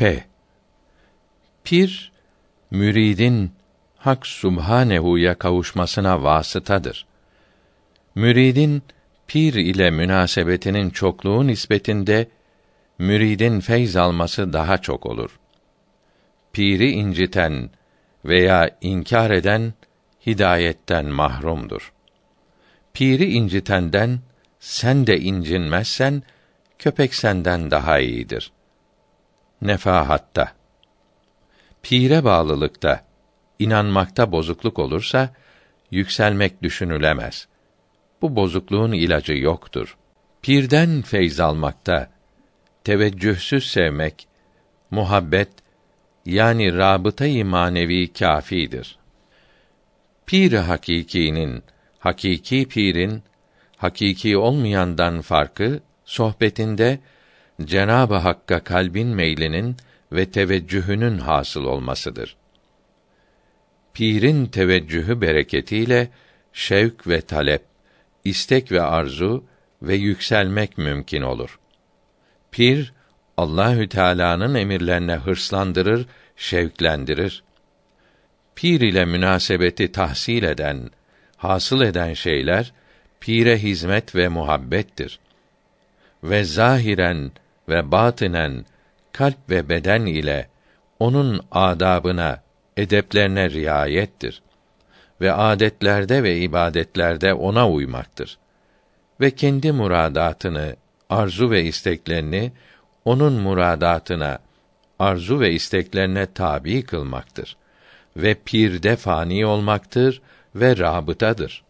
Pir, müridin Hak Subhanehu'ya kavuşmasına vasıtadır. Müridin pir ile münasebetinin çokluğu nispetinde müridin feyz alması daha çok olur. Piri inciten veya inkar eden hidayetten mahrumdur. Piri incitenden sen de incinmezsen köpek senden daha iyidir. Nefahatta. Pire bağlılıkta, inanmakta bozukluk olursa yükselmek düşünülemez. Bu bozukluğun ilacı yoktur. Pirden feyz almakta teveccühsüz sevmek, muhabbet yani rabıta-i manevi kâfidir. Pir-i hakikinin, hakiki pirin, hakiki olmayandan farkı, sohbetinde Cenab-ı Hakk'a kalbin meylinin ve teveccühünün hasıl olmasıdır. Pirin teveccühü bereketiyle şevk ve talep, istek ve arzu ve yükselmek mümkün olur. Pir, Allahü Teala'nın emirlerine hırslandırır, şevklendirir. Pir ile münasebeti tahsil eden, hasıl eden şeyler pire hizmet ve muhabbettir. Ve zahiren ve batinen kalp ve beden ile onun adabına, edeplerine riayettir ve âdetlerde ve ibadetlerde ona uymaktır ve kendi muradatını, arzu ve isteklerini onun muradatına, arzu ve isteklerine tabi kılmaktır ve pirde fani olmaktır ve rabıtadır.